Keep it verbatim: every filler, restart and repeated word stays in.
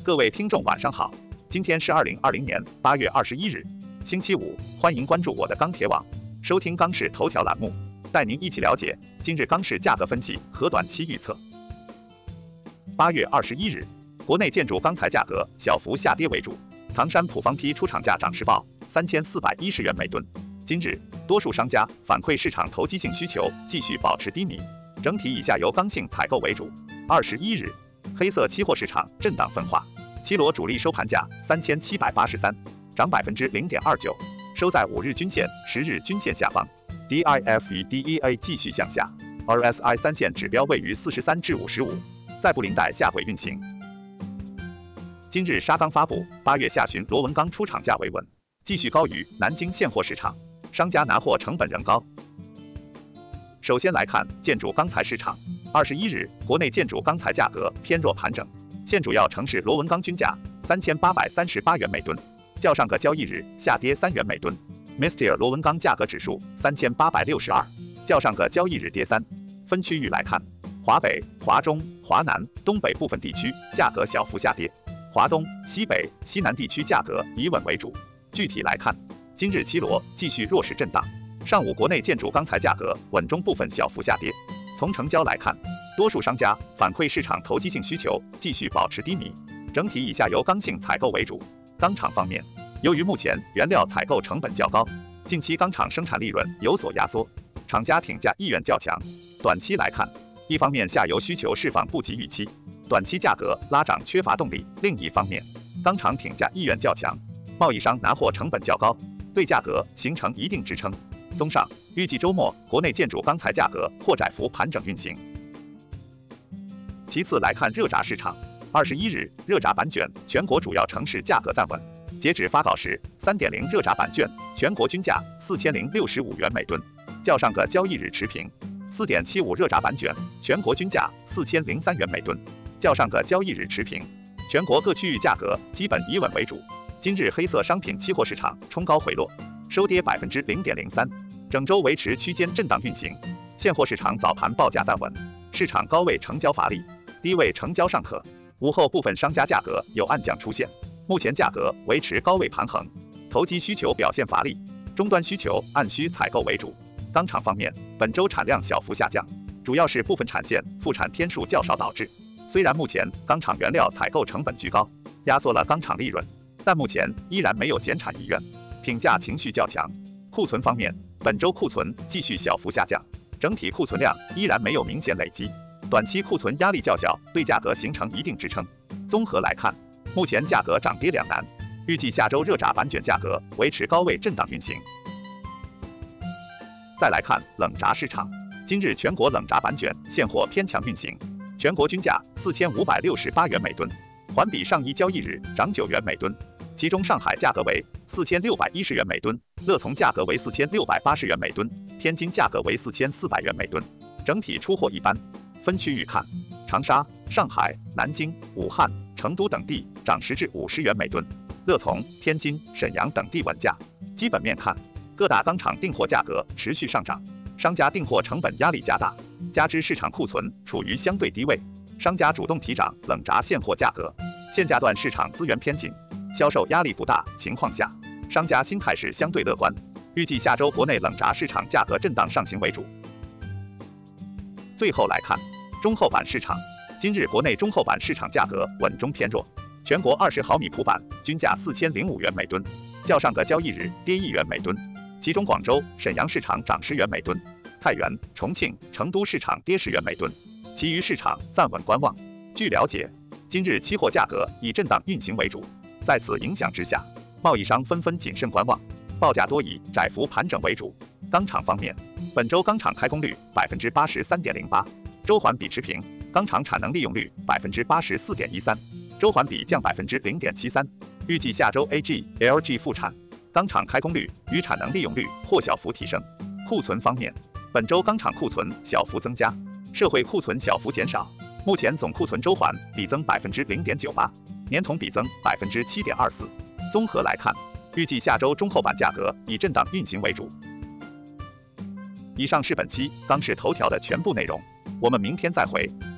各位听众晚上好，今天是二零二零年八月二十一日，星期五，欢迎关注我的钢铁网，收听钢市头条栏目，带您一起了解今日钢市价格分析和短期预测。八月二十一日，国内建筑钢材价格小幅下跌为主，唐山普方坯出厂价涨势报三千四百一十元每吨。今日，多数商家反馈市场投机性需求继续保持低迷，整体以下游刚性采购为主。二十一日，黑色期货市场震荡分化，期螺主力收盘价三千七百八十三，涨百分之零点二九，收在五日均线、十日均线下方。D I F 与 D E A 继续向下 ，R S I 三线指标位于四十三至五十五，再不林带下轨运行。今日沙钢发布八月下旬螺纹钢出厂价维稳，继续高于南京现货市场，商家拿货成本仍高。首先来看建筑钢材市场，二十一日国内建筑钢材价格偏弱盘整，现主要城市螺纹钢均价三千八百三十八元每吨，较上个交易日下跌三元每吨。Mysteel 螺纹钢价格指数三千八百六十二，较上个交易日跌三。分区域来看，华北、华中、华南、东北部分地区价格小幅下跌，华东、西北、西南地区价格以稳为主。具体来看，今日期螺继续弱势震荡，上午国内建筑钢材价格稳中部分小幅下跌。从成交来看，多数商家反馈市场投机性需求继续保持低迷，整体以下游刚性采购为主。钢厂方面，由于目前原料采购成本较高，近期钢厂生产利润有所压缩，厂家挺价意愿较强。短期来看，一方面下游需求释放不及预期，短期价格拉涨缺乏动力；另一方面，钢厂挺价意愿较强，贸易商拿货成本较高，对价格形成一定支撑。综上，预计周末国内建筑钢材价格或窄幅盘整运行。其次来看热轧市场，二十一日热轧板卷全国主要城市价格暂稳，截止发稿时 三点零 热轧板卷全国均价四千零六十五元每吨，较上个交易日持平。四点七五 热轧板卷全国均价四千零三元每吨，较上个交易日持平。全国各区域价格基本以稳为主。今日黑色商品期货市场冲高回落，收跌百分之零点零三，整周维持区间震荡运行。现货市场早盘报价暂稳，市场高位成交乏力，低位成交尚可。午后部分商家价格有暗降出现，目前价格维持高位盘横，投机需求表现乏力，终端需求按需采购为主。钢厂方面，本周产量小幅下降，主要是部分产线复产天数较少导致。虽然目前钢厂原料采购成本居高，压缩了钢厂利润，但目前依然没有减产意愿，挺价情绪较强。库存方面，本周库存继续小幅下降，整体库存量依然没有明显累积，短期库存压力较小，对价格形成一定支撑。综合来看，目前价格涨跌两难，预计下周热轧板卷价格维持高位震荡运行。再来看冷轧市场，今日全国冷轧板卷现货偏强运行，全国均价四千五百六十八元每吨，环比上一交易日涨九元每吨。其中上海价格为四千六百一十元每吨，乐从价格为四千六百八十元每吨，天津价格为四千四百元每吨，整体出货一般。分区域看，长沙、上海、南京、武汉、成都等地涨十至五十元每吨，乐从、天津、沈阳等地稳价。基本面看，各大钢厂订货价格持续上涨，商家订货成本压力加大，加之市场库存处于相对低位，商家主动提涨冷轧现货价格。现价段市场资源偏紧，销售压力不大情况下，商家心态是相对乐观，预计下周国内冷轧市场价格震荡上行为主。最后来看中厚板市场，今日国内中厚板市场价格稳中偏弱，全国二十毫米普板均价四千零五元每吨，较上个交易日跌一元每吨，其中广州、沈阳市场涨十元每吨，太原、重庆、成都市场跌十元每吨，其余市场暂稳观望。据了解，今日期货价格以震荡运行为主，在此影响之下，贸易商纷纷谨慎观望，报价多以窄幅盘整为主。钢厂方面，本周钢厂开工率百分之八十三点零八，周环比持平；钢厂产能利用率百分之八十四点一三，周环比降百分之零点七三。预计下周 A G L G 复产，钢厂开工率与产能利用率或小幅提升。库存方面，本周钢厂库存小幅增加，社会库存小幅减少，目前总库存周环比增百分之零点九八，年同比增百分之七点二四。综合来看，预计下周中厚板价格以震荡运行为主。以上是本期钢市头条的全部内容，我们明天再会。